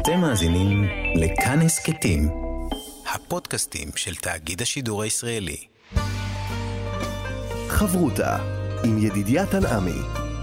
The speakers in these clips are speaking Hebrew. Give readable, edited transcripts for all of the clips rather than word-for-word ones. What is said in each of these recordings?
אתם מאזינים לכאן הסכתים, הפודקאסטים של תאגיד השידור הישראלי. חברותה עם ידידיה תנעמי.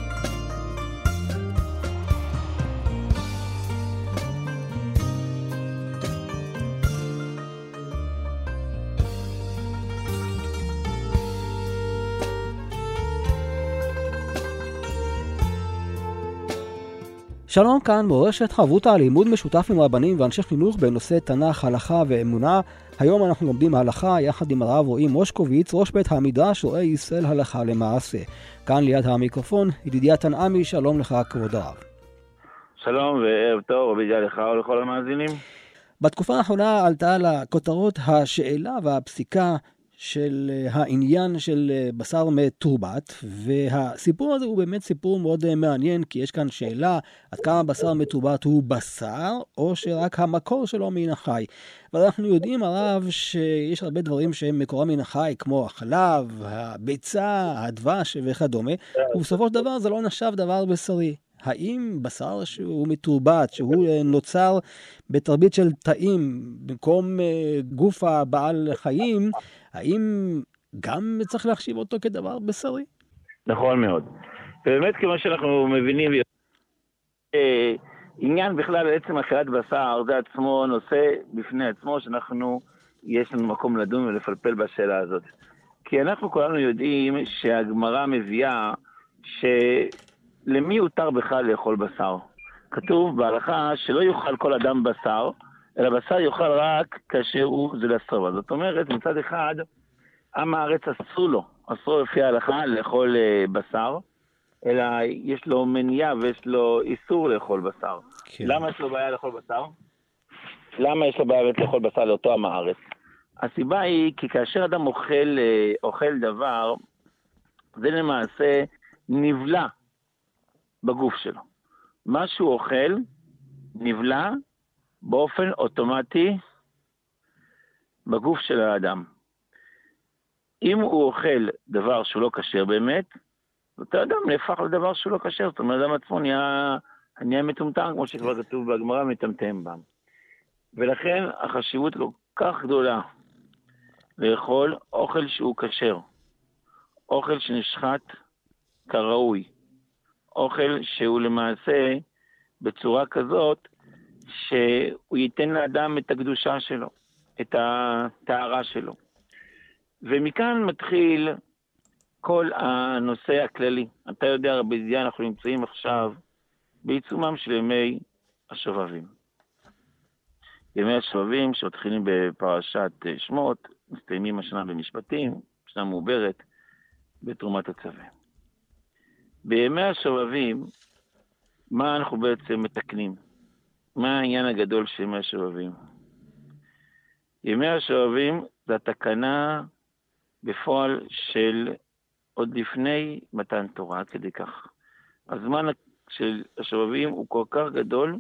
שלום, כאן מורשת חברותה, לימוד משותף עם רבנים ואנשי חינוך בנושא תנ"ך, הלכה ואמונה. היום אנחנו לומדים הלכה יחד עם הרב רועי מושקוביץ, ראש בית המדרש רואה ישראל הלכה למעשה. כאן ליד המיקרופון, ידידיה תנעמי, שלום לך כבוד הרב. שלום וערב טוב, רבידיה לך ולכל המאזינים. בתקופה האחרונה עלתה לכותרות השאלה והפסיקה של העניין של בשר מתורבת, והסיפור הזה הוא באמת סיפור מאוד מעניין, כי יש כאן שאלה עד כמה בשר מתורבת הוא בשר, או שרק המקור שלו מן החי. ואנחנו יודעים הרב שיש הרבה דברים שהם מקורם מן החי, כמו החלב, הביצה, הדבש וכדומה, ובסופו של דבר זה לא נחשב דבר בשרי. האם בשר שהוא מתורבת, שהוא נוצר בתרבית של תאים במקום גוף הבעל חיים, האם גם צריך להחשיב אותו כדבר בשרי? נכון מאוד. ובאמת כמו שאנחנו מבינים, עניין בכלל עצם אכילת בשר, זה עצמו נושא בפני עצמו יש לנו מקום לדון ולפלפל בשאלה הזאת. כי אנחנו כולנו יודעים שהגמרא מביאה למי יותר בכלל לאכול בשר? כתוב בהלכה שלא יאכל כל אדם בשר, אלא בשר יאכל רק כאשר הוא זה לסרבה. זאת אומרת, מצד אחד, עם הארץ אסור לפי ההלכה לאכול בשר, אלא יש לו מניעה ויש לו איסור לאכול בשר. כן. למה יש לו בעיה לאכול בשר? למה יש לו בעיה לאכול בשר לאותו עם הארץ? הסיבה היא כי כאשר אדם אוכל דבר, זה למעשה נבלע בגוף שלו. מה שהוא אוכל נבלע באופן אוטומטי בגוף של האדם. אם הוא אוכל דבר שהוא לא כשר באמת, אותו אדם נהפך לדבר שהוא לא כשר, זאת אומרת, האדם עצמו נהיה מטומטם, כמו שכבר כתוב בגמרא, מטמטם בם. ולכן החשיבות כל כך גדולה לאכול אוכל שהוא כשר, אוכל שנשחט כראוי, אוכל שהוא למעשה בצורה כזאת שהוא ייתן לאדם את הקדושה שלו, את הטהרה שלו. ומכאן מתחיל כל הנושא הכללי. אתה יודע, רבי ידידיה, אנחנו נמצאים עכשיו בעיצומם של ימי השובבים. ימי השובבים שמתחילים בפרשת שמות, מסתיימים השנה במשפטים, שנה מעוברת בתרומת הצווה. בימי השובבים, מה אנחנו בעצם מתקנים? מה העניין הגדול של ימי השובבים? ימי השובבים זה התקנה בפועל של עוד לפני מתן תורה, כדי כך. הזמן של השובבים הוא כל כך גדול,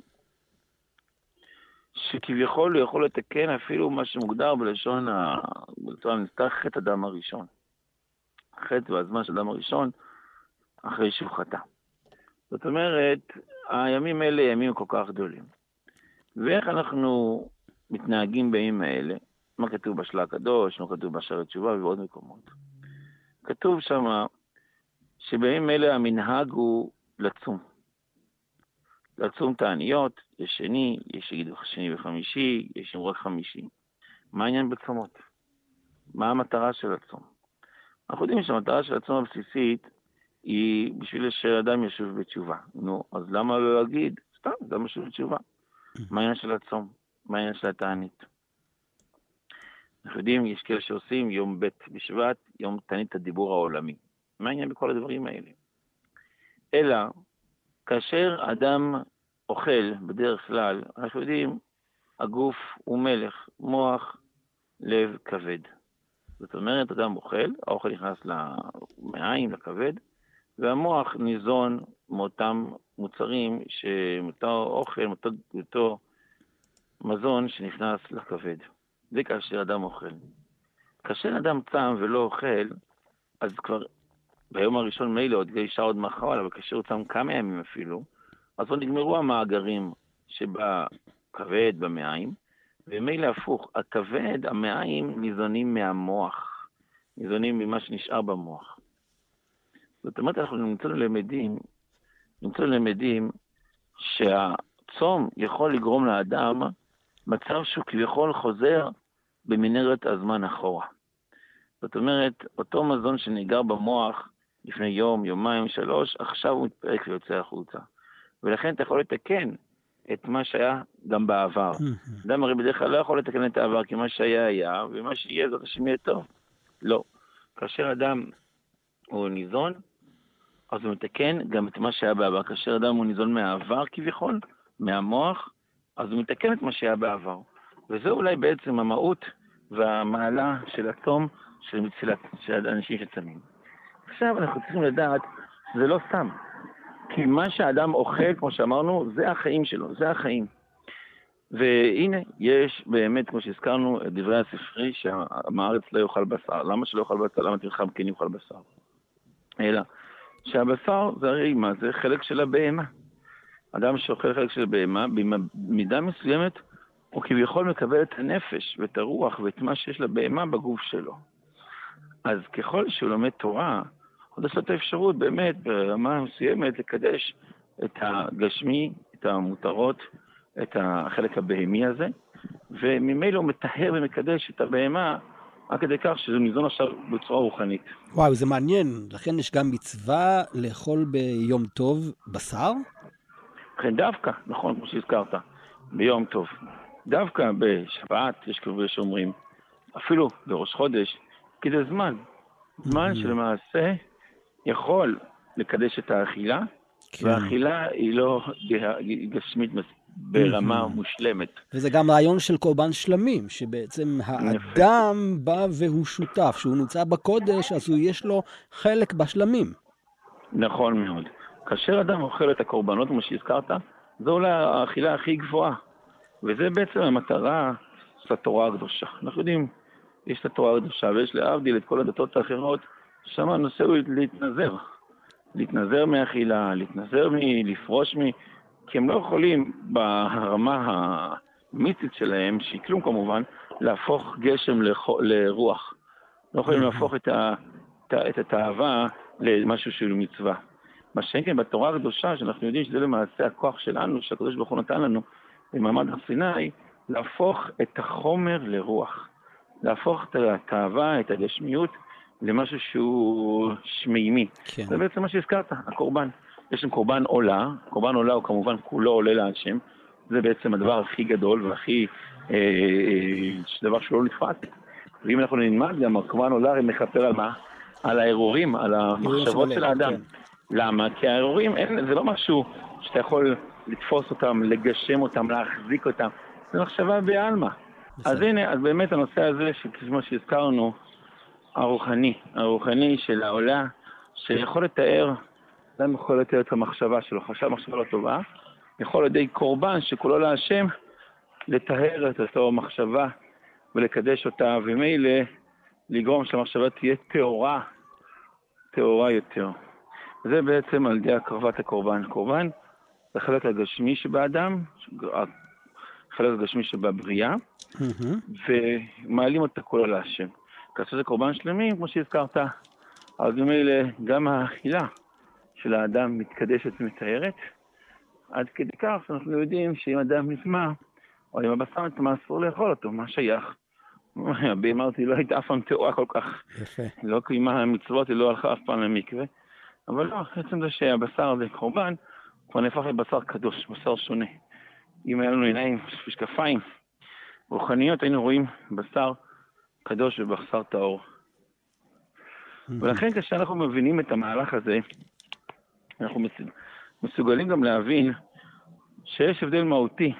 שכביכול הוא יכול לתקן אפילו מה שמוגדר בלשון נזכר חטא אדם הראשון. חטא והזמן של אדם הראשון, אחרי שהוא חטא. זאת אומרת, הימים האלה ימים כל כך גדולים. ואיך אנחנו מתנהגים בימים האלה? מה כתוב בשלה הקדוש, מה כתוב בשערי תשובה ובעוד מקומות. כתוב שם שבימים האלה המנהג הוא לצום. לצום תעניות, יש שני, יש שיגידו שני וחמישי, יש רק חמישי. מה העניין בצומות? מה המטרה של הצום? אנחנו יודעים שהמטרה של הצום הבסיסית היא בשביל שאדם ישוב בתשובה. נו, אז למה לא להגיד? סתם, אדם ישוב בתשובה. מה העניין של הצום? מה העניין של התענית? אנחנו יודעים, יש כאלה שעושים יום ב' בשבט, יום תענית הדיבור העולמי. מה העניין בכל הדברים האלה? אלא, כאשר אדם אוכל בדרך כלל, אנחנו יודעים, הגוף הוא מלך, מוח, לב, כבד. זאת אומרת, אדם אוכל, האוכל נכנס למעיים, לכבד, והמוח ניזון מאותם מוצרים, מאותו אוכל, מאותו מזון שנכנס לכבד. זה כאשר אדם אוכל. כאשר אדם צם ולא אוכל, אז כבר ביום הראשון מילא עוד אישה עוד מאחר, אבל כאשר הוא צם כמה ימים אפילו, אז לא נגמרו המאגרים כבד במעיים, ומילא הפוך, הכבד, המעיים ניזונים מהמוח, ניזונים ממה שנשאר במוח. זאת אומרת, אנחנו נמצא למדים שהצום יכול לגרום לאדם מצב שהוא כביכול חוזר במנהרת הזמן אחורה. זאת אומרת, אותו מזון שנאגר במוח לפני יום, יומיים, 3, עכשיו הוא מתפרק ויוצא החוצה. ולכן אתה יכול לתקן את מה שהיה גם בעבר. אדם הרי בדרך כלל לא יכול לתקן את העבר, כי מה שהיה היה, ומה שיהיה זאת השם יהיה טוב. לא. כאשר אדם הוא ניזון, אז הוא מתקן גם את מה שהיה בעבר. כאשר אדם הוא ניזון מהעבר כביכול, מהמוח, אז הוא מתקן את מה שהיה בעבר. וזה אולי בעצם המהות והמעלה של הצום של אנשים שצמים. עכשיו אנחנו צריכים לדעת, זה לא סתם. כי מה שהאדם אוכל, כמו שאמרנו, זה החיים שלו, זה החיים. והנה, יש באמת, כמו שהזכרנו, את דברי הספרי, שהארץ לא יאכל בשר. למה שלא יאכל בשר? למה תלחם כן יאכל בשר? אלא, שהבשר זה הרי מה? זה חלק של הבהמה. אדם שאוכל חלק של הבהמה, במידה מסוימת, הוא כביכול מקבל את הנפש ואת הרוח ואת מה שיש לבהמה בגוף שלו. אז ככל שהוא לומד תורה, עוד יש לו את האפשרות באמת ברמה מסוימת לקדש את הגשמי, את המותרות, את החלק הבהמי הזה, וממילא הוא מטהר ומקדש את הבהמה עד כדי כך שזה ניזון עכשיו בצורה רוחנית. וואו, זה מעניין. לכן יש גם מצווה לאכול ביום טוב בשר? כן, דווקא, נכון, כמו שהזכרת, ביום טוב. דווקא בשבת, יש כאלה שאומרים, אפילו בראש חודש, כי זה זמן שלמעשה יכול לקדש את האכילה, והאכילה היא לא גשמית ברמה מושלמת. וזה גם רעיון של קורבן שלמים, שבעצם האדם בא והוא שותף, שהוא נמצא בקודש, אז יש לו חלק בשלמים. נכון מאוד. כאשר אדם אוכל את הקורבנות, כמו שהזכרת, זו אולי האכילה הכי גבוהה. וזה בעצם המטרה של התורה הקדושה. אנחנו יודעים, יש את התורה הקדושה, ויש להבדיל את כל הדתות האחרות, שם הנושא הוא להתנזר. להתנזר מאכילה, להתנזר לפרוש כי הם לא יכולים ברמה המיתית שלהם, שהיא כלום כמובן, להפוך גשם לרוח. לא יכולים להפוך את התאווה למשהו שהוא מצווה. מה שאין בתורה הקדושה, שאנחנו יודעים שזה למעשה הכוח שלנו, שהקדוש ברוך הוא נתן לנו במעמד הר סיני, להפוך את החומר לרוח. להפוך את התאווה, את הגשמיות, למשהו שהוא שמימי. כן. זה בעצם מה שהזכרת, הקורבן. יש שם קורבן עולה, קורבן עולה הוא כמובן כולו עולה להשם, זה בעצם הדבר הכי גדול והכי דבר שהוא לא נתפס. ואם אנחנו נלמד גם, הקורבן עולה מכפר על מה? על האירורים, על המחשבות של האדם. כן. למה? כי האירורים, זה לא משהו שאתה יכול לתפוס אותם, לגשם אותם, להחזיק אותם. זה מחשבה בעלמא. אז הנה, אז באמת הנושא הזה, כמו שהזכרנו, הרוחני של העולה, שיכול לתאר, אדם יכול לתאר את המחשבה שלו, חשב מחשבה לא טובה, יכול לידי קורבן שכולו להשם, לתאר את אותו מחשבה ולקדש אותה, ומילא לגרום שהמחשבה תהיה טהורה יותר. זה בעצם על ידי הקרבת הקורבן. קורבן זה חלק הגשמי שבאדם, חלק הגשמי שבבריאה, ומעלים אותה כולו להשם. כאשר זה קורבן שלמים, כמו שהזכרת, אז ממילא גם האכילה של האדם מתקדשת ומתארת, עד כדי כך שאנחנו יודעים שאם אדם נטמא, או אם הבשר נטמא, אסור לאכול אותו, מה שייך? אמרתי, לא הייתה אף פעם טהורה כל כך. יפה. לא קיימה המצוות, היא לא הלכה אף פעם למקווה, אבל לא, בעצם זה שהבשר הזה קורבן, כבר נהפך לבשר קדוש, בשר שונה. אם היה לנו עיניים, משקפיים, רוחניות, היינו רואים בשר קדוש ובשר טהור. ולכן כשאנחנו מבינים את המהלך הזה, אנחנו מסוגלים גם להבין שיש הבדל מהותי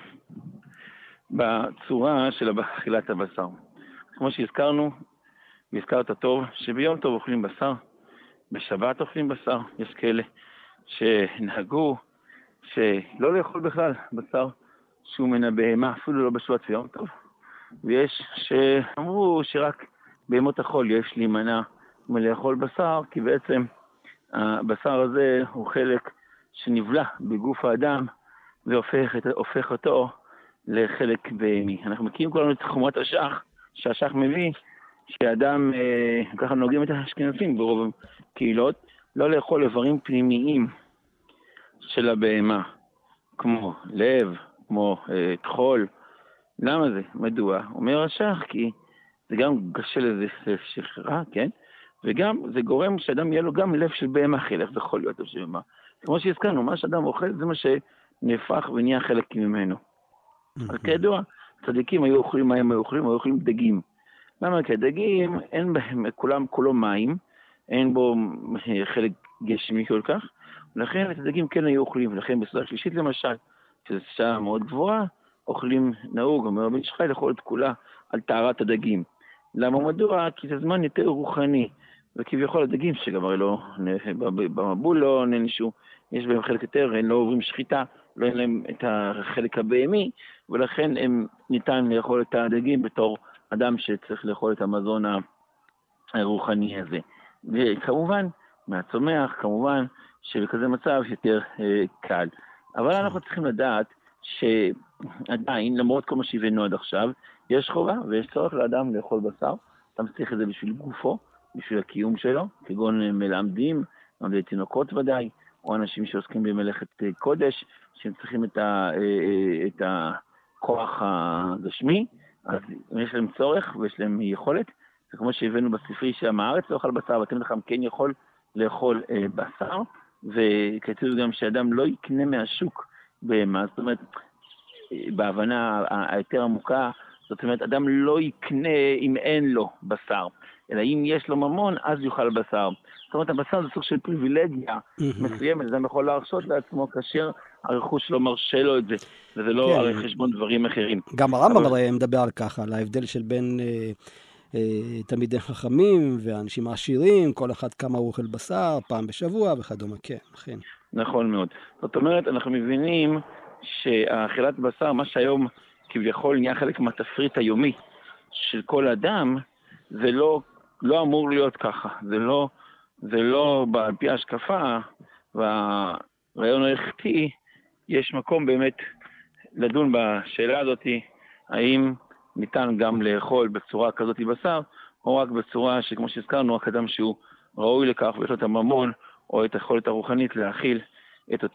בצורה של אכילת הבשר. כמו שהזכרנו, והזכרת טוב, שביום טוב אוכלים בשר, בשבת אוכלים בשר. יש כאלה שנהגו שלא לאכול בכלל בשר שהוא מן הבהמה, אפילו לא בשבת ויום טוב. ויש שאמרו שרק בימות החול יש להימנע מלאכול בשר, כי בעצם הבשר הזה הוא חלק שנבלע בגוף האדם, והופך אותו לחלק בהמי. אנחנו מכירים כולנו את חומרת השח, שהשח מביא, שאדם, ככה נוהגים את האשכנזים ברוב הקהילות, לא לאכול איברים פנימיים של הבהמה, כמו לב, כמו טחול. למה זה? מדוע? אומר השח, כי זה גם קשה לזה שחררה, כן? וגם זה גורם שאדם יהיה לו גם לב של בהמה חלק, זה יכול להיות לב של בהמה. כמו שהזכרנו, מה שאדם אוכל זה מה שנהפך ונהיה חלק ממנו. אז כידוע, צדיקים היו אוכלים, מה הם היו אוכלים? היו אוכלים דגים. למה? כי הדגים אין בהם כולו מים, אין בו חלק גשמי כל כך, ולכן את הדגים כן היו אוכלים, ולכן בסעודה שלישית למשל, שזו שעה מאוד גבוהה, אוכלים נהוג, אומר רבי איש חי לאכול את כולה על טהרת הדגים. למה מדוע? כי זה זמן יותר רוחני, וכביכול הדגים שגם הרי לא, במבול לא ננשו, יש בהם חלק יותר, הם לא עוברים שחיטה, לא אין להם את החלק הבהמי, ולכן הם ניתן לאכול את הדגים בתור אדם שצריך לאכול את המזון הרוחני הזה. וכמובן, מהצומח, כמובן, שבכזה מצב יותר קל. אבל אנחנו צריכים לדעת שעדיין, למרות כל מה שהבאנו עד עכשיו, יש חובה ויש צורך לאדם לאכול בשר. אתה צריך את זה בשביל גופו, בשביל הקיום שלו, כגון מלמדים, מלמדי תינוקות ודאי, או אנשים שעוסקים במלאכת קודש, שהם צריכים את הכוח הגשמי, אז יש להם צורך ויש להם יכולת. זה כמו שהבאנו בספרי שהמארץ לא אוכל בשר, ואתם לכם כן יכול לאכול בשר, וכתוב גם שאדם לא יקנה מהשוק בהמה, זאת אומרת, בהבנה היותר עמוקה, זאת אומרת, אדם לא יקנה אם אין לו בשר, אלא אם יש לו ממון, אז יאכל בשר. זאת אומרת, הבשר זה סוג של פריבילגיה מסוימת, אדם יכול להרשות לעצמו כאשר הרכוש לא מרשה לו את זה, וזה לא על חשבון דברים אחרים. גם הרמב"ם הרי מדבר על ככה, על ההבדל של בין תלמידי חכמים ואנשים עשירים, כל אחד כמה הוא אוכל בשר, פעם בשבוע וכדומה, כן, נכון. נכון מאוד. זאת אומרת, אנחנו מבינים שהאכילת בשר, מה שהיום כביכול נהיה חלק מהתפריט היומי של כל אדם, זה לא אמור להיות ככה. זה לא על פי ההשקפה והרעיון ההלכתי, יש מקום באמת לדון בשאלה הזאת, האם ניתן גם לאכול בצורה כזאת בשר, או רק בצורה שכמו שהזכרנו, רק אדם שהוא ראוי לכך ויש לו את הממון, או את היכולת הרוחנית להאכיל את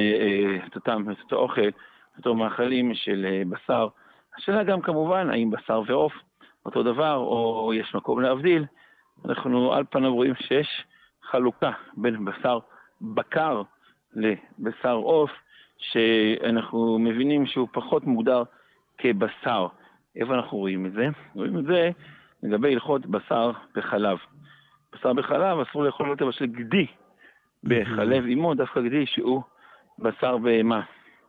אותו אוכל, את אותו מאכלים של בשר. השאלה גם כמובן, האם בשר ועוף אותו דבר, או יש מקום להבדיל. אנחנו על פניו רואים שיש חלוקה בין בשר בקר לבשר עוף, שאנחנו מבינים שהוא פחות מוגדר כבשר. איפה אנחנו רואים את זה? רואים את זה לגבי הלכות בשר בחלב. בשר בחלב אסור לאכול יותר בשביל גדי בחלב אימו, דווקא גדי שהוא בשר בהמה.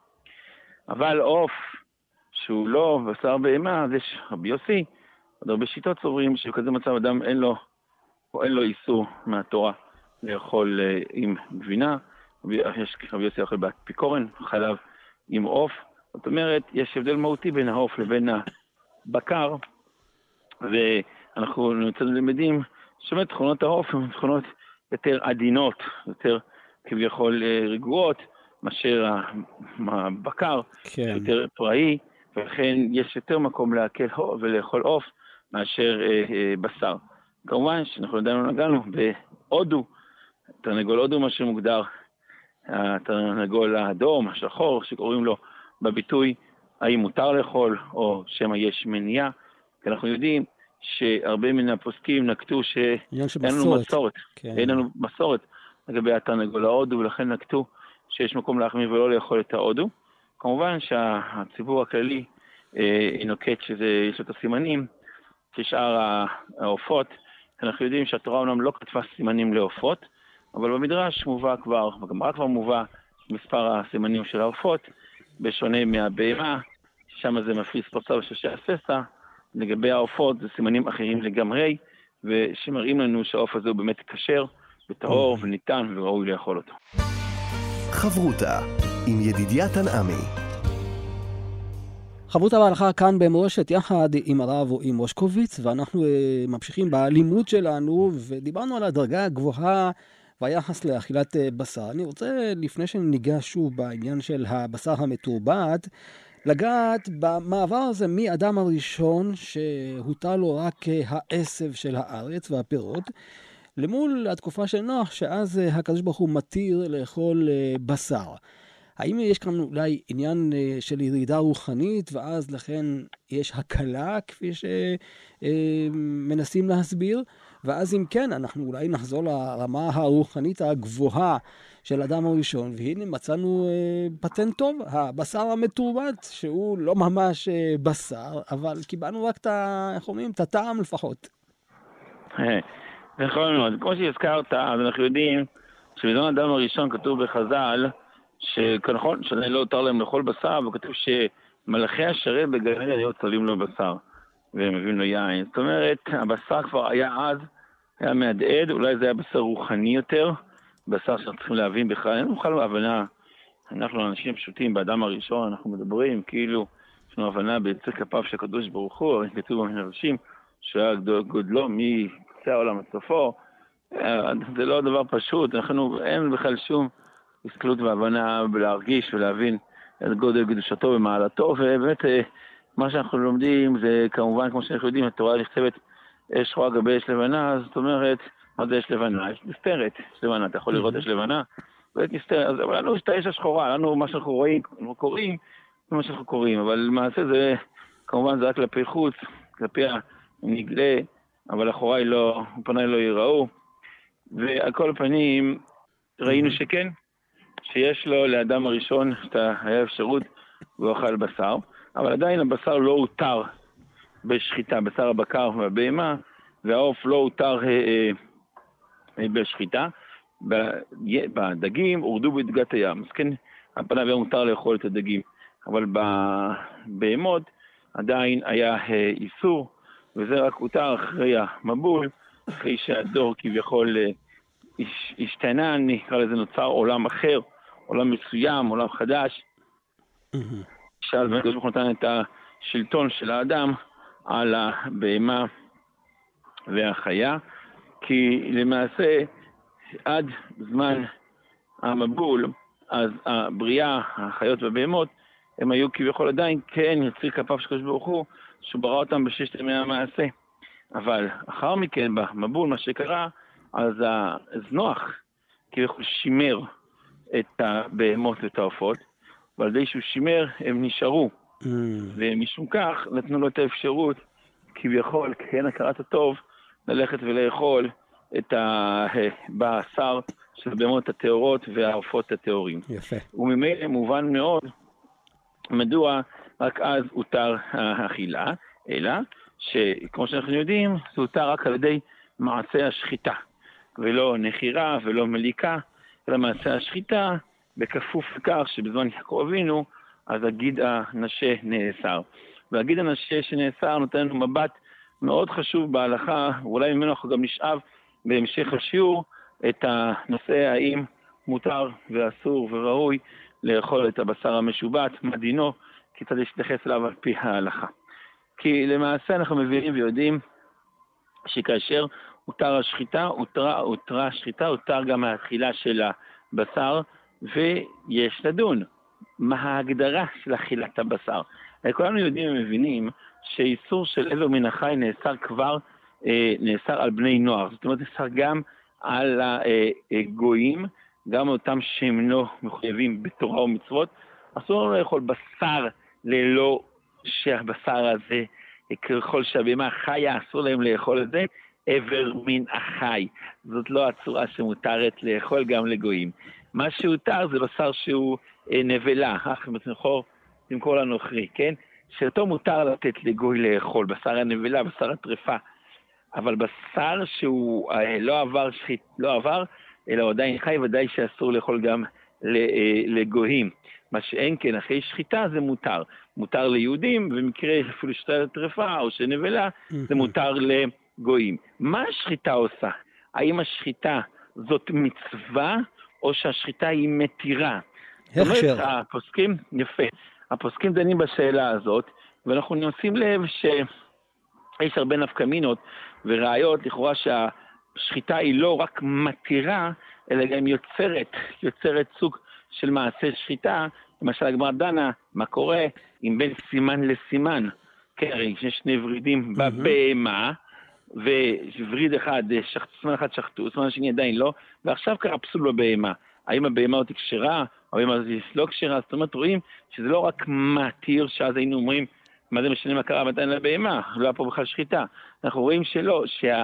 אבל עוף שהוא לא בשר בהמה, אז יש רבי יוסי, עוד הרבה שיטות סוברים שבכזה מצב אדם אין לו איסור מהתורה לאכול עם גבינה. יש רבי יוסי אוכל באפיקורן, חלב עם עוף. זאת אומרת, יש הבדל מהותי בין העוף לבין הבקר, ואנחנו למדים שבאמת תכונות העוף הן תכונות יותר עדינות, יותר כביכול רגועות, מאשר הבקר, כן. יותר פראי, ולכן יש יותר מקום להקל ולאכול עוף מאשר בשר. כמובן שאנחנו עדיין לא נגענו בהודו, תרנגול הודו מה שמוגדר, התרנגול האדום, השחור, שקוראים לו בביטוי, האם מותר לאכול או שמא יש מניעה, כי אנחנו יודעים שהרבה מן הפוסקים נקטו שאין לנו מסורת, כן. אין לנו מסורת לגבי התרנגול ההודו, ולכן נקטו שיש מקום להחמיר ולא לאכול את ההודו. כמובן שהציבור הכללי נוקט שיש לו את הסימנים כשאר העופות. אנחנו יודעים שהתורה אומנם לא כתבה סימנים לעופות, אבל במדרש מובא כבר, בגמרא כבר מובא מספר הסימנים של העופות, בשונה מהבהמה, שם זה מפריס פרצה וששי הססה. לגבי העופות זה סימנים אחרים לגמרי, ושמראים לנו שהעוף הזה הוא באמת כשר וטהור וניתן וראוי לאכול אותו. חברותה עם ידידיה תנעמי. חברותה בהלכה כאן במורשת יחד עם הרב או עם מושקוביץ, ואנחנו ממשיכים בלימוד שלנו, ודיברנו על הדרגה הגבוהה והיחס לאכילת בשר. אני רוצה, לפני שניגע שוב בעניין של הבשר המתורבת, לגעת במעבר הזה מאדם הראשון שהותר לו רק העשב של הארץ והפירות, למול התקופה של נוח, שאז הקדוש ברוך הוא מתיר לאכול בשר. האם יש כאן אולי עניין של ירידה רוחנית, ואז לכן יש הקלה, כפי שמנסים להסביר? ואז אם כן, אנחנו אולי נחזור לרמה הרוחנית הגבוהה של אדם הראשון, והנה מצאנו פטנט טוב, הבשר המתורבת, שהוא לא ממש בשר, אבל קיבלנו רק את הטעם לפחות. נכון מאוד. כמו שהזכרת, אז אנחנו יודעים שבזמן האדם הראשון כתוב בחז"ל, שנכון, שלא הותר להם לאכול בשר, וכתוב שמלאכי השרת בגן עדן היו צלים לו בשר, והם מביאים לו יין. זאת אומרת, הבשר כבר היה אז, היה מהדהד, אולי זה היה בשר רוחני יותר, בשר שאנחנו צריכים להבין בכלל, אין בכלל הבנה, אנחנו אנשים פשוטים, באדם הראשון אנחנו מדברים, כאילו, יש לנו הבנה ביצר כפיו של הקדוש ברוך הוא, כתוב במדרשים, שהיה גודלו מקצה העולם עד סופו, זה לא דבר פשוט, אין בכלל שום הסתכלות והבנה בלהרגיש ולהבין את גודל קדושתו ומעלתו, ובאמת מה שאנחנו לומדים זה כמובן, כמו שאנחנו יודעים, התורה נכתבת אש שחורה גבי אש לבנה, זאת אומרת, מה זה אש לבנה? אש נסתרת, אש לבנה, אתה יכול לראות אש לבנה, ואש נסתרת, אבל לנו יש את האש השחורה, לנו מה שאנחנו רואים, אנחנו קוראים, זה מה שאנחנו קוראים, אבל למעשה זה, כמובן זה רק כלפי חוץ, כלפי הנגלה, אבל אחוריי לא, פניי לא ייראו, ועל כל פנים ראינו שכן, שיש לו לאדם הראשון, היה אפשרות, והוא אכל בשר, אבל עדיין הבשר לא הותר בשחיטה, בשר הבקר והבהמה, והעוף לא הותר בשחיטה, בדגים הורדו בדגת הים, אז כן, על פניו היה מותר לאכול את הדגים, אבל בבהמות עדיין היה איסור, וזה רק הותר אחרי המבול, אחרי שהדור כביכול השתנה, נקרא לזה נוצר עולם אחר, עולם מסוים, עולם חדש, שאז הקדוש ברוך הוא נתן את השלטון של האדם על הבהמה והחיה, כי למעשה עד זמן המבול, אז הבריאה, החיות והבהמות, הם היו כביכול עדיין, כן, יציר כפיו של הקדוש ברוך הוא, שהוא ברא אותם בששת ימי המעשה. אבל אחר מכן, במבול, מה שקרה, אז נוח כביכול שימר את הבהמות ואת העופות, ועל ידי שהוא שימר, הם נשארו. ומשום כך נתנו לו את האפשרות, כביכול, כן הכרת הטוב, ללכת ולאכול את הבשר של הבהמות הטהורות והעופות הטהורים. יפה. וממילא מובן מאוד, מדוע רק אז הותר האכילה, אלא שכמו שאנחנו יודעים, זה הותר רק על ידי מעשה השחיטה, ולא נחירה ולא מליקה, אלא מעשה השחיטה, בכפוף לכך שבזמן יעקב אבינו, אז הגיד הנשה נאסר. והגיד הנשה שנאסר נותן לנו מבט מאוד חשוב בהלכה, ואולי ממנו אנחנו גם נשאב בהמשך השיעור, את הנושא האם מותר ואסור וראוי לאכול את הבשר המשובט, מה דינו, כיצד להתייחס אליו על פי ההלכה. כי למעשה אנחנו מבינים ויודעים שכאשר הותר השחיטה, הותרה השחיטה, הותר גם האכילה של הבשר, ויש לדון מה ההגדרה של אכילת הבשר. כולנו יודעים ומבינים שאיסור של עבר מן החי נאסר על בני נוער, זאת אומרת נאסר גם על הגויים, גם אותם שהם לא מחויבים בתורה ומצוות, אסור לנו לאכול בשר ללא שהבשר הזה, ככל שהבהמה חיה, אסור להם לאכול את זה, עבר מן החי. זאת לא הצורה שמותרת לאכול גם לגויים. מה שהותר זה בשר שהוא נבלה, תמכור לנוכרי, כן? שאותו מותר לתת לגוי לאכול, בשר הנבלה, בשר הטרפה. אבל בשר שהוא לא עבר, אלא הוא עדיין חי, ודאי שאסור לאכול גם לגויים. מה שאין כן, אחרי שחיטה זה מותר. מותר ליהודים, במקרה אפילו שחיטה טרפה או שנבלה, זה מותר לגויים. מה השחיטה עושה? האם השחיטה זאת מצווה, או שהשחיטה היא מתירה? הכשר. הפוסקים, יפה. הפוסקים דנים בשאלה הזאת, ואנחנו נשים לב שיש הרבה נפקמינות וראיות, לכאורה שהשחיטה היא לא רק מתירה, אלא גם יוצרת סוג של מעשה שחיטה, למשל הגמרא דנה, מה קורה אם בין סימן לסימן, כן, הרי יש שני ורידים בבהמה, ווריד אחד, סימן אחד שחטו, סימן השני עדיין לא, ועכשיו קרה פסול בבהמה. האם הבהמה עוד כשרה, או האם היא לא כשרה? זאת אומרת, רואים שזה לא רק מתיר, שאז היינו אומרים, מה זה משנה מה קרה מתן לבהמה? לא היה פה בכלל שחיטה. אנחנו רואים שלא,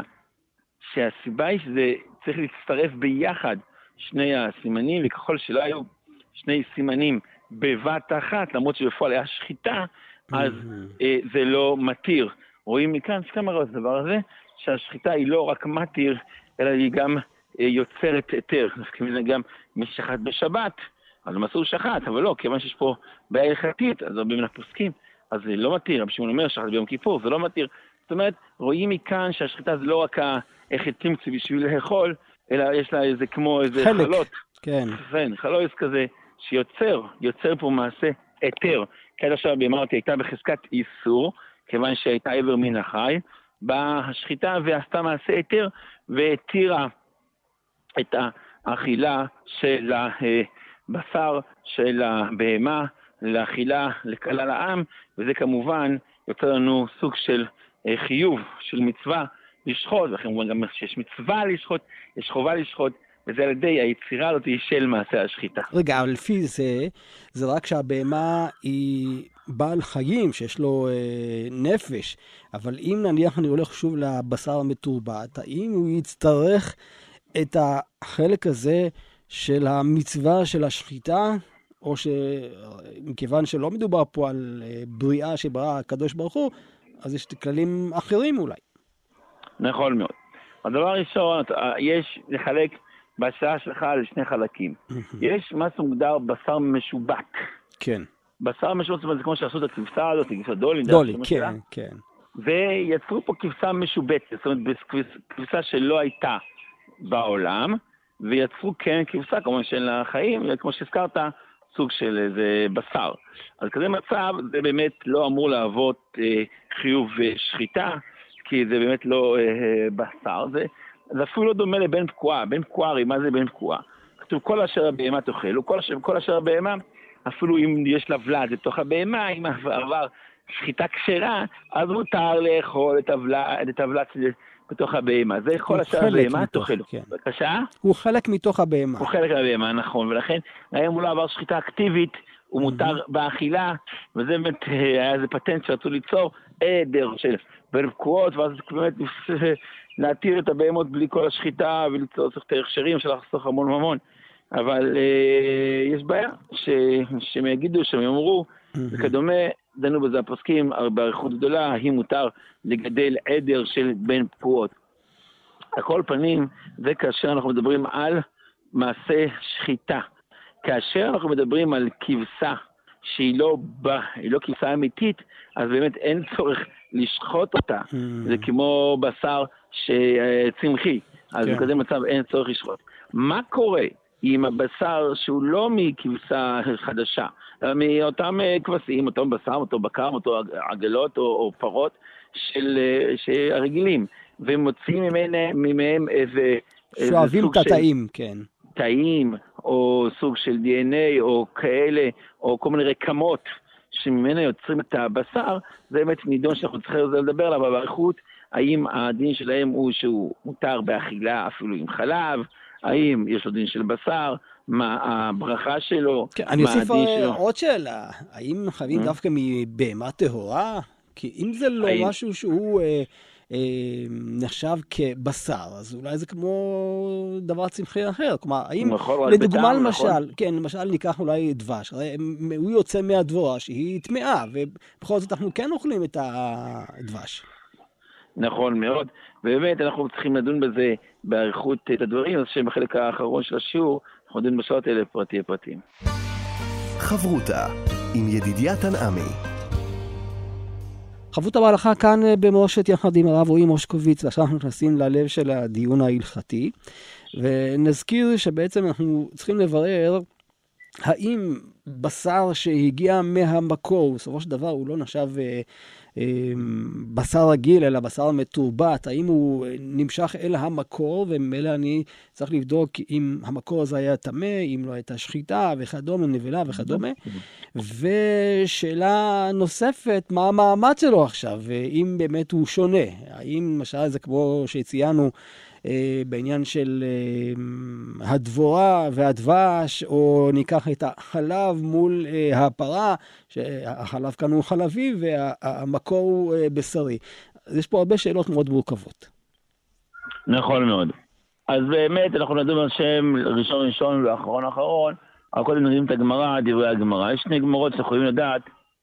שהסיבה היא שזה צריך להצטרף ביחד שני הסימנים, וככל שלא היו שני סימנים בבת אחת, למרות שבפועל היה שחיטה, אז זה לא מתיר. רואים מכאן שכמה רואה את הדבר הזה, שהשחיטה היא לא רק מתיר, אלא היא גם יוצרת היתר. גם מי ששחט בשבת, אז מסור שחט, אבל לא, כיוון שיש פה בעיה הלכתית, אז הרבה מן הפוסקים, אז זה לא מתיר. רבי שמעון אומר שחט ביום כיפור, זה לא מתיר. זאת אומרת, רואים מכאן שהשחיטה זה לא רק איך תמצא בשביל לאכול, אלא יש לה איזה כמו איזה חלק. חלות. כן. חלויס כזה שיוצר פה מעשה היתר. כאלה עכשיו אמרתי, הייתה בחזקת איסור, כיוון שהייתה עבר מן החי, באה השחיטה ועשתה מעשה היתר, והתירה את האכילה של הבשר של הבהמה, לאכילה לכלל העם, וזה כמובן יוצר לנו סוג של חיוב, של מצווה לשחוט, וכן גם שיש מצווה לשחוט, יש חובה לשחוט, וזה על ידי היצירה הזאת של מעשה השחיטה. רגע, אבל לפי זה רק שהבהמה היא בעל חיים, שיש לו נפש, אבל אם נניח אני הולך שוב לבשר המתורבת, האם הוא יצטרך את החלק הזה של המצווה של השחיטה, או מכיוון שלא מדובר פה על בריאה שברא הקדוש ברוך הוא, אז יש כללים אחרים אולי. נכון מאוד. הדבר הראשון, יש לחלק בשעה שלך לשני חלקים. יש מה שמוגדר בשר משובט. כן. בשר משובט, זאת אומרת, זה כמו שעשו את הכבשה הזאת, כבשה דולי. דולי, כן, כן. ויצרו פה כבשה משובטת, זאת אומרת, כבשה שלא הייתה בעולם, ויצרו כן כבשה, כמו של החיים, כמו שהזכרת, סוג של איזה בשר. אז כזה מצב, זה באמת לא אמור להוות חיוב שחיטה, כי זה באמת לא בשר. זה אפילו לא דומה לבן פקועה. בן פקועה, מה זה בן פקועה? כתוב כל אשר הבהמה תאכל, כל אשר הבהמה, אפילו אם יש לה ולד לתוך הבהמה, אם עבר שחיטה כשרה, אז מותר לאכול את הוולד בתוך הבהמה. זה כל אשר הבהמה תאכל. בבקשה? הוא חלק מתוך הבהמה. הוא חלק מהבהמה, נכון. ולכן, היום הוא לא עבר שחיטה אקטיבית, הוא מותר באכילה, וזה באמת היה איזה פטנט שרצו ליצור עדר של בן פקועות, ואז באמת להתיר את הבהמות בלי כל השחיטה, וליצור צריך את ההכשרים של לחסוך המון ממון. אבל יש בעיה שהם יגידו, שהם יאמרו, וכדומה, דנו בזה הפוסקים, באריכות גדולה, האם מותר לגדל עדר של בן פקועות. על כל פנים, זה כאשר אנחנו מדברים על מעשה שחיטה. כאשר אנחנו מדברים על כבשה שהיא לא כבשה אמיתית, אז באמת אין צורך לשחוט אותה. זה כמו בשר צמחי, אז בכזה מצב אין צורך לשחוט. מה קורה עם הבשר שהוא לא מכבשה חדשה, אלא מאותם כבשים, אותו בשר, אותו בקר, אותו עגלות או פרות הרגילים, ומוצאים מהם איזה שואבים את התאים, כן. תאים, או סוג של DNA, או כאלה, או כל מיני רקמות, שממנה יוצרים את הבשר, זה באמת נידון שאנחנו צריכים לדבר עליו באריכות, האם הדין שלהם הוא שהוא מותר באכילה אפילו עם חלב, האם יש לו דין של בשר, מה הברכה שלו, כן, אני אוסיף עוד שאלה, האם חייבים דווקא מבהמה טהורה? כי אם זה לא משהו שהוא נחשב כבשר, אז אולי זה כמו דבר צמחי אחר. כלומר, האם לדוגמה למשל, כן, למשל ניקח אולי דבש, הרי הוא יוצא מהדבורה שהיא טמאה, ובכל זאת אנחנו כן אוכלים את הדבש. נכון מאוד, ובאמת אנחנו צריכים לדון בזה בעריכות את הדברים, אז שבחלק האחרון של השיעור, אנחנו נדון בשעות האלה פרטים. חברותה עם ידידיה תנעמי. חברותא בהלכה כאן במורשת יחד עם הרב רועי מושקוביץ, ועכשיו אנחנו נכנסים ללב של הדיון ההלכתי, ונזכיר שבעצם אנחנו צריכים לברר האם בשר שהגיע מהמקור, בסופו של דבר הוא לא נחשב בשר רגיל, אלא בשר מתורבת, האם הוא נמשך אל המקור, וממילא אני צריך לבדוק אם המקור הזה היה טמא, אם לא הייתה שחיטה וכדומה, נבלה וכדומה. ושאלה נוספת, מה המעמד שלו עכשיו, אם באמת הוא שונה, האם למשל זה כמו שציינו, בעניין של הדבורה והדבש, או ניקח את החלב מול הפרה, שהחלב כאן הוא חלבי והמקור הוא בשרי. אז יש פה הרבה שאלות מאוד מורכבות. נכון מאוד. אז באמת אנחנו נדון על שם ראשון ואחרון, אבל קודם נראים את הגמרא, דברי הגמרא. יש שתי גמרות שיכולים לדעת,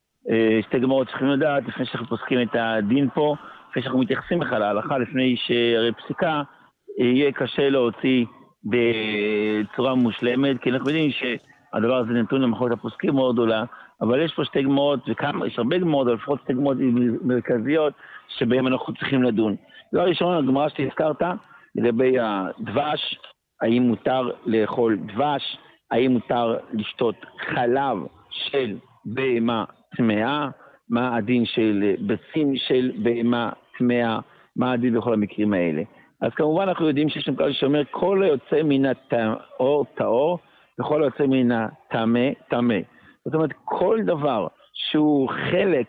לפני שאנחנו פוסקים את הדין פה, לפני שאנחנו מתייחסים בכלל להלכה, לפני שהרי פסיקה, יהיה קשה להוציא בצורה מושלמת, כי אנחנו יודעים שהדבר הזה נתון למחלוקת הפוסקים מאוד גדולה, אבל יש פה שתי גמרות, יש הרבה גמרות, אבל לפחות שתי גמרות מרכזיות, שבהם אנחנו צריכים לדון. דבר ראשון, הגמרא שהזכרת, לגבי הדבש, האם מותר לאכול דבש, האם מותר לשתות חלב של בהמה טמאה, מה הדין של ביצים של בהמה טמאה, מה הדין בכל המקרים האלה. אז כמובן אנחנו יודעים שיש שם כלל שאומר, כל היוצא מן הטהור, טהור, וכל היוצא מן הטמא, טמא. זאת אומרת, כל דבר שהוא חלק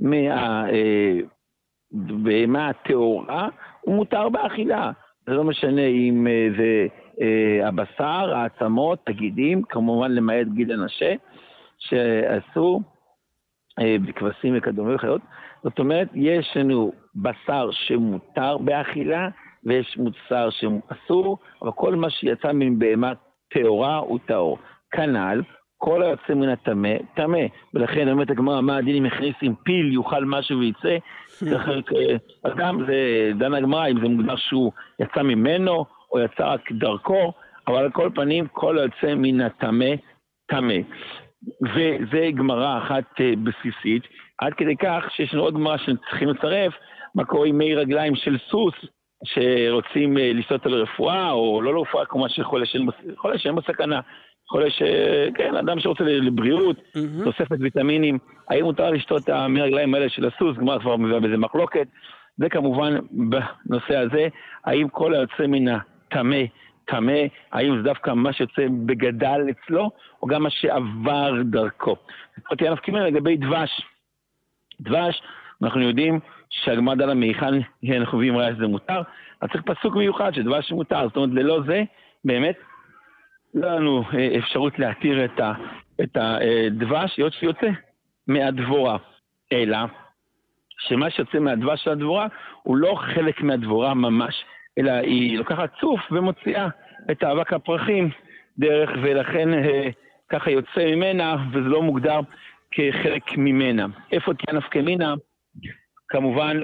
מהבהמה הטהורה, הוא מותר באכילה. זה לא משנה אם זה הבשר, העצמות, הגידים, כמובן למעט גיד הנשה, שעשו בכבשים וכדומה וחיות. זאת אומרת, יש לנו בשר שמותר באכילה, ויש מוצר שאסור, אבל כל מה שיצא מבהמה טהורה הוא טהור. כנ"ל, כל היוצא מן הטמא, טמא. ולכן, באמת הגמרא, מה הדין אם הכניס עם פיל, יאכל משהו וייצא? אז גם זה דן הגמרא, אם זה מוגדר שהוא יצא ממנו, או יצא רק דרכו, אבל על כל פנים, כל היוצא מן הטמא, טמא. וזה גמרא אחת בסיסית, עד כדי כך שיש לנו עוד גמרא שצריכים לצרף, מה קורה עם מי רגליים של סוס, שרוצים לשתות על רפואה, או לא לרפואה, כמו שחולה שאין בסכנה, כן, אדם שרוצה לבריאות, תוספת ויטמינים, האם מותר לשתות המי רגליים האלה של הסוס, גמרא כבר מביא בזה מחלוקת, זה כמובן בנושא הזה, האם כל היוצא מן הטמא, טמא, האם זה דווקא מה שיוצא בגדל אצלו, או גם מה שעבר דרכו. אותי הנפקים לגבי דבש. דבש, אנחנו יודעים שהגמרא דנה מהיכן אנחנו מביאים ראיה שזה מותר, אז צריך פסוק מיוחד שדבש מותר, זאת אומרת ללא זה, באמת, לא לנו אפשרות להתיר את הדבש, שיוצא מהדבורה, אלא שמה שיוצא מהדבש של הדבורה, הוא לא חלק מהדבורה ממש, אלא היא לוקחת צוף ומוציאה את האבק הפרחים דרך, ולכן ככה יוצא ממנה, וזה לא מוגדר כחלק ממנה. איפה תהיה נפקא מינה? כמובן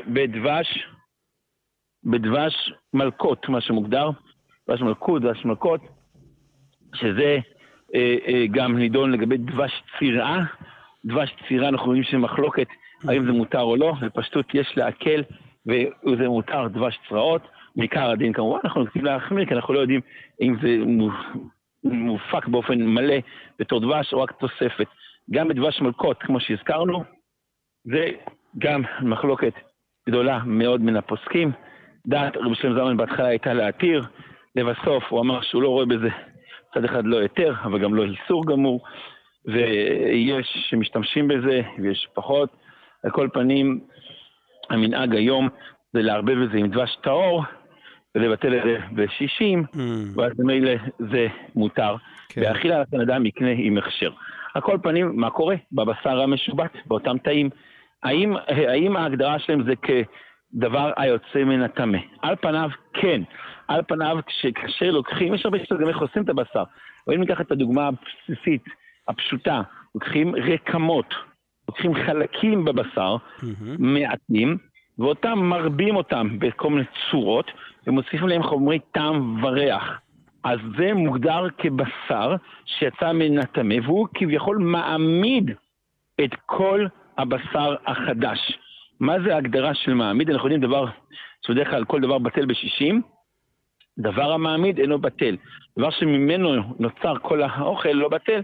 בדבש מלכות, מה שמוגדר, דבש מלכות, דבש מלכות, שזה גם נידון לגבי דבש צירה. דבש צירה אנחנו רואים שמחלוקת האם זה מותר או לא, ופשטות יש להקל, וזה מותר דבש צרעות, בעיקר הדין כמובן, אנחנו נקטיב להחמיר, כי אנחנו לא יודעים אם זה מופק באופן מלא בתור דבש או רק תוספת. גם בדבש מלכות, כמו שהזכרנו, זה גם מחלוקת גדולה מאוד מן הפוסקים. דעת רבי שלום זלמן בהתחלה הייתה להתיר, לבסוף הוא אמר שהוא לא רואה בזה צד אחד לא יותר, אבל גם לא איסור גמור, ויש שמשתמשים בזה ויש פחות. על כל פנים, המנהג היום זה לערבב בזה עם דבש טהור, ולבטל את זה ב-60, ואז במילא זה מותר. והאכילה לכן אדם יקנה עם הכשר. על כל פנים, מה קורה? בבשר המשובט, באותם תאים. האם ההגדרה שלהם זה כדבר היוצא מן הטמא? על פניו, כן. על פניו, כשקשה לוקחים, יש הרבה שגם איך עושים את הבשר. אבל אם ניקח את הדוגמה הבסיסית, הפשוטה, לוקחים רקמות, לוקחים חלקים בבשר, מעטים, ואותם מרבים אותם בכל מיני צורות, ומוסיפים להם חומרי טעם וריח. אז זה מוגדר כבשר שיצא מן הטמא, והוא כביכול מעמיד את כל הבשר החדש. מה זה ההגדרה של מעמיד? אנחנו יודעים דבר, שבדרך כלל כל דבר בטל ב-60, דבר המעמיד אינו בטל. דבר שממנו נוצר כל האוכל לא בטל,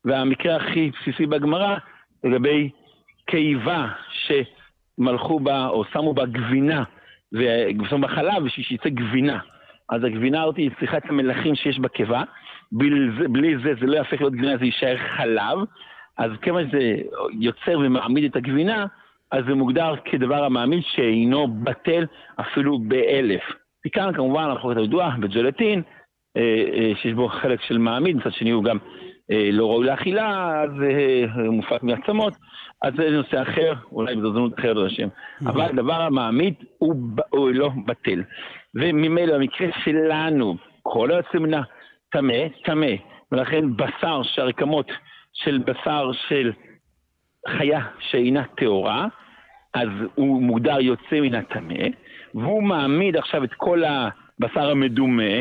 והמקרה הכי בסיסי בגמרא, לגבי קיבה שמלכו בה, או שמו בה גבינה, ושמו בה חלב, שיצא גבינה. אז הגבינה אותי צריכה את המלחים שיש בקיבה, בלי זה זה לא יהפך להיות גבינה, זה יישאר חלב, אז כמה זה יוצר ומעמיד את הגבינה, אז זה מוגדר כדבר המעמיד שאינו בטל אפילו ב1,000. מכאן כמובן אנחנו ידוע בג'לטין, שיש בו חלק של מעמיד, מצד שני הוא גם לא ראוי לאכילה, אז מופק מעצמות, אז זה נושא אחר, אולי בזזנות אחרת לשם. אבל דבר המעמיד הוא לא בטל. וממילא במקרה שלנו, כל העצמנה טמא, ולכן בשר שהרקמות של בשר של חיה שאינה טהורה, אז הוא מוגדר יוצא מן הטמא, והוא מעמיד עכשיו את כל הבשר המדומה,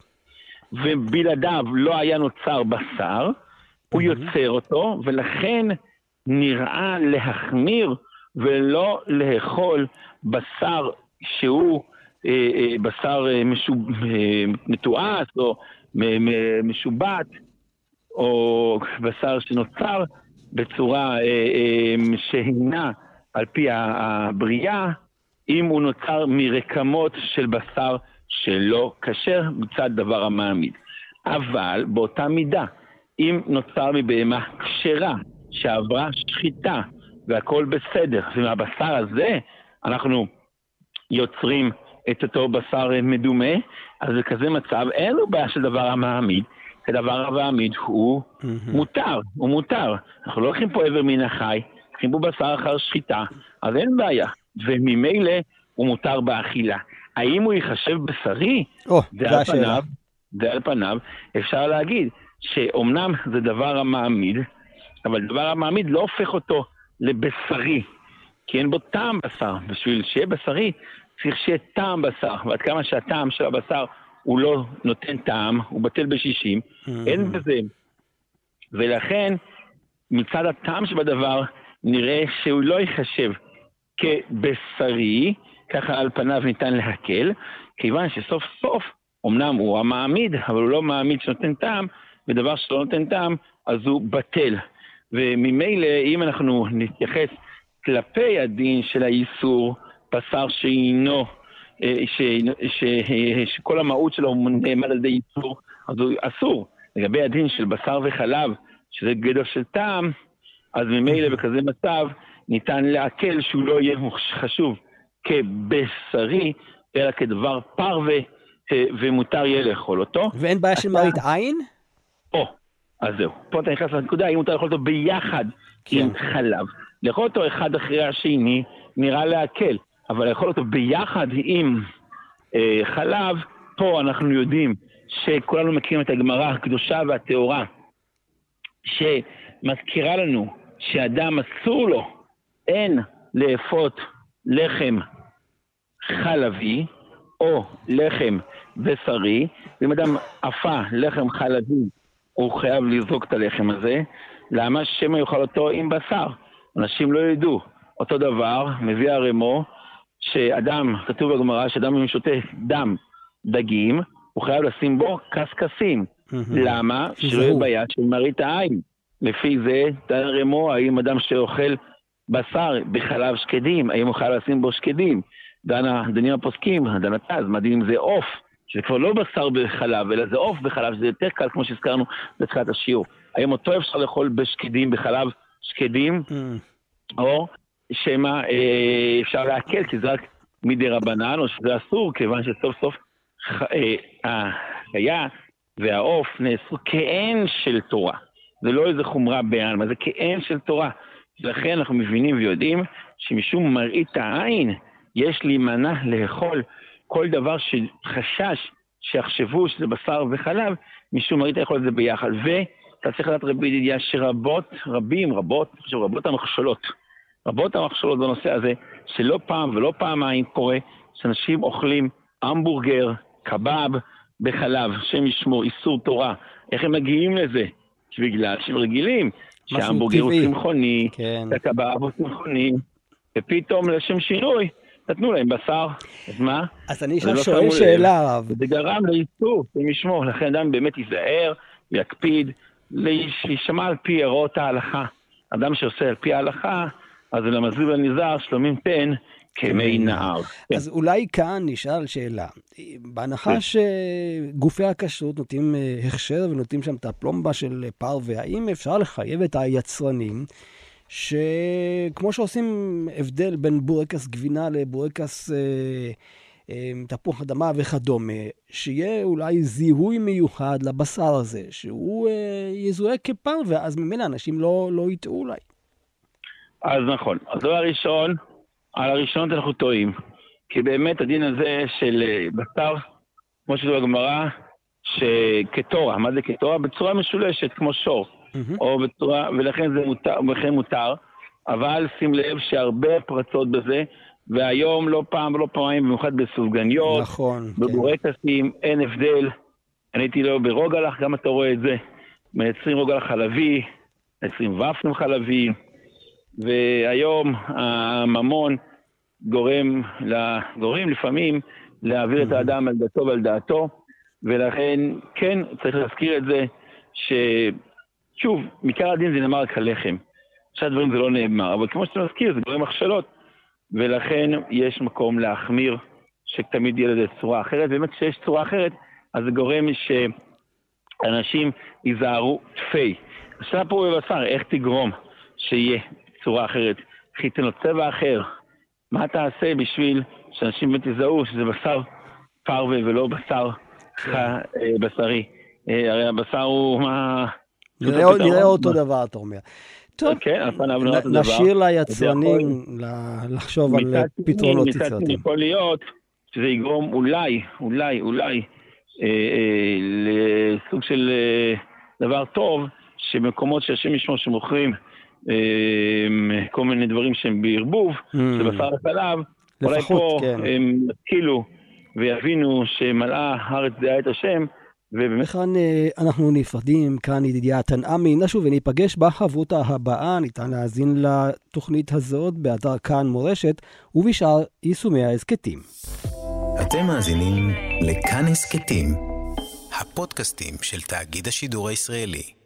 ובלעדיו לא היה נוצר בשר, הוא יוצר אותו, ולכן נראה להחמיר ולא לאכול בשר שהוא בשר מתועש או משובט, או בשר שנוצר בצורה שהינה על פי הבריאה, אם הוא נוצר מרקמות של בשר שלא כשר מצד דבר המעמיד. אבל באותה מידה, אם נוצר מבהמה כשרה שעברה שחיטה והכל בסדר, ומהבשר הזה אנחנו יוצרים את אותו בשר מדומה, אז בכזה מצב אין לו בעיה של דבר המעמיד, כי דבר המעמיד הוא מותר, הוא מותר. אנחנו לא לוקחים פה עבר מן החי, לוקחים פה בשר אחר שחיטה, אז אין בעיה. וממילא הוא מותר באכילה. האם הוא ייחשב בשרי? זה על פניו, אפשר להגיד שאומנם זה דבר המעמיד, אבל דבר המעמיד לא הופך אותו לבשרי, כי אין בו טעם בשר. בשביל שיהיה בשרי, צריך שיהיה טעם בשר, ועד כמה שהטעם של הבשר הוא לא נותן טעם, הוא בטל ב60, אין בזה. ולכן, מצד הטעם שבדבר, נראה שהוא לא ייחשב כבשרי, ככה על פניו ניתן להקל, כיוון שסוף סוף, אמנם הוא המעמיד, אבל הוא לא מעמיד שנותן טעם, ודבר שלא נותן טעם, אז הוא בטל. וממילא, אם אנחנו נתייחס כלפי הדין של האיסור, בשר שאינו, שכל המהות שלו נאמד על ידי איסור, אז הוא אסור. לגבי הדין של בשר וחלב, שזה גדר של טעם, אז ממילא בכזה מצב ניתן להקל שהוא לא יהיה חשוב כבשרי, אלא כדבר פרווה, ומותר יהיה לאכול אותו. ואין בעיה של מראית עין? אז זהו. פה אתה נכנס לנקודה, אם מותר לאכול אותו ביחד עם חלב. לאכול אותו אחד אחרי השני נראה להקל, אבל לאכול אותו ביחד עם חלב, פה אנחנו יודעים שכולנו מכירים את הגמרא הקדושה והטהורה, שמזכירה לנו שאדם אסור לו אין לאפות לחם חלבי או לחם בשרי, ואם אדם אפה לחם חלבי הוא חייב לזרוק את הלחם הזה. למה? שמא יאכל אותו עם בשר. אנשים לא ידעו. אותו דבר מביא הרמו שאדם, כתוב בגמרא, שאדם אם שותה דם דגים, הוא חייב לשים בו קסקסים. למה? שלא יהיה בעיה של מראית העין. לפי זה, דן הרמו, האם אדם שאוכל בשר בחלב שקדים, האם הוא חייב לשים בו שקדים? דנים הפוסקים, דן התז, מדהים זה עוף, שזה כבר לא בשר בחלב, אלא זה עוף בחלב, שזה יותר קל כמו שהזכרנו בתחילת השיעור. האם אותו אפשר לאכול בשקדים, בחלב שקדים, או שמה אפשר להקל, כי זה רק מדי רבנן, או שזה אסור, כיוון שסוף סוף החיה והעוף נאסרו כאין של תורה. זה לא איזה חומרה בעלמא, זה כאין של תורה. ולכן אנחנו מבינים ויודעים שמשום מראית העין יש להימנע לאכול כל דבר שחשש שיחשבו שזה בשר וחלב, משום מראית יכול את זה ביחד. ואתה צריך לדעת רבי ידידיה שרבות המכשולות בנושא הזה, שלא פעם ולא פעמיים קורה שאנשים אוכלים המבורגר, קבב בחלב, שם ישמור, איסור תורה. איך הם מגיעים לזה? בגלל שהם רגילים, שההמבורגר הוא צמחוני, הקבב הוא צמחוני, ופתאום לשם שינוי, נתנו להם בשר. אז מה? אז אני שואל שאלה, הרב. זה גרם לאיסור, הם ישמור. לכן אדם באמת ייזהר, ויקפיד, להישמע על פי הוראות ההלכה. אדם שעושה על פי ההלכה, אז למזיב לנזהר שלומים פן כמי נהר. אז אולי כאן נשאל שאלה. בהנחה שגופי הכשרות נותנים הכשר ונותנים שם את הפלומבה של פרווה, האם אפשר לחייב את היצרנים שכמו שעושים הבדל בין בורקס גבינה לבורקס תפוח אדמה וכדומה, שיהיה אולי זיהוי מיוחד לבשר הזה, שהוא יזוהה כפרווה, אז ממנה אנשים לא יטעו אולי. אז נכון. אז על הראשונות אנחנו טועים. כי באמת הדין הזה של בשר, כמו שזו הגמרא, שכתורה, מה זה כתורה? בצורה משולשת, כמו שור. או בצורה, ולכן זה מותר, אבל שים לב שהרבה פרצות בזה, והיום לא פעם ולא פעמיים, במיוחד בסופגניות, נכון, בבורקסים, אין הבדל. אני הייתי לו ברוגלח, גם אתה רואה את זה, מייצרים רוגלח חלבי, מייצרים ופנים חלבי, והיום הממון גורם לפעמים להעביר את האדם על דעתו ועל דעתו, ולכן כן צריך להזכיר את זה, ששוב, מכר הדין זה נאמר רק הלחם, שהדברים זה לא נאמר, אבל כמו שאתה מזכיר, זה גורם הכשלות, ולכן יש מקום להחמיר שתמיד יהיה לזה צורה אחרת, באמת כשיש צורה אחרת, אז זה גורם שאנשים ייזהרו תפי. עכשיו פה בבשר, איך תגרום שיהיה צורה אחרת? חיתן לו צבע אחר. מה תעשה בשביל שאנשים באמת יזהו שזה בשר פרווה ולא בשר בשרי? הרי הבשר הוא מה... נראה אותו דבר, אתה אומר. טוב, נשאיר ליצרנים לחשוב על פתרונות יצירתיים. יכול להיות שזה יגרום אולי לסוג של דבר טוב, שמקומות שהשם ישמור שמוכרים כל מיני דברים שהם בערבוב, שבשר החלב, אולי פה הם ישכילו ויבינו שמלאה הארץ דעה את השם, וכאן אנחנו נפרדים, כאן ידידיה תנעמי, נשוב וניפגש בחברותה הבאה, ניתן להאזין לתוכנית הזאת באתר כאן מורשת ובשאר יישומי ההסקטים. אתם מאזינים לכאן הסקטים, הפודקאסטים של תאגיד השידור הישראלי.